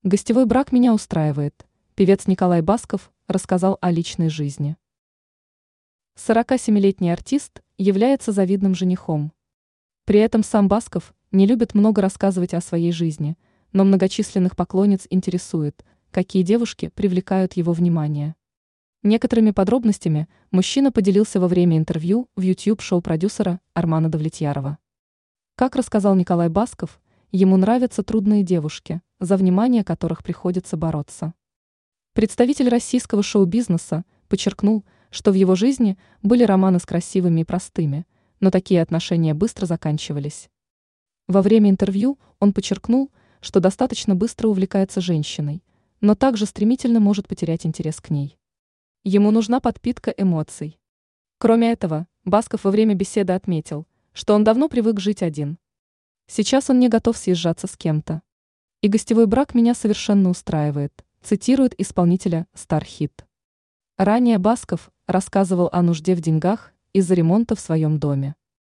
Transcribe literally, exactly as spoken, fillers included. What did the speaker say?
Гостевой брак меня устраивает. Певец Николай Басков рассказал о личной жизни. сорокасемилетний артист является завидным женихом. При этом сам Басков не любит много рассказывать о своей жизни, но многочисленных поклонниц интересует, какие девушки привлекают его внимание. Некоторыми подробностями мужчина поделился во время интервью в YouTube-шоу продюсера Армана Давлетьярова. Как рассказал Николай Басков, ему нравятся трудные девушки, за внимание которых приходится бороться. Представитель российского шоу-бизнеса подчеркнул, что в его жизни были романы с красивыми и простыми, но такие отношения быстро заканчивались. Во время интервью он подчеркнул, что достаточно быстро увлекается женщиной, но также стремительно может потерять интерес к ней. Ему нужна подпитка эмоций. Кроме этого, Басков во время беседы отметил, что он давно привык жить один. Сейчас он не готов съезжаться с кем-то. И гостевой брак меня совершенно устраивает, цитирует исполнителя Стархит. Ранее Басков рассказывал о нужде в деньгах из-за ремонта в своем доме.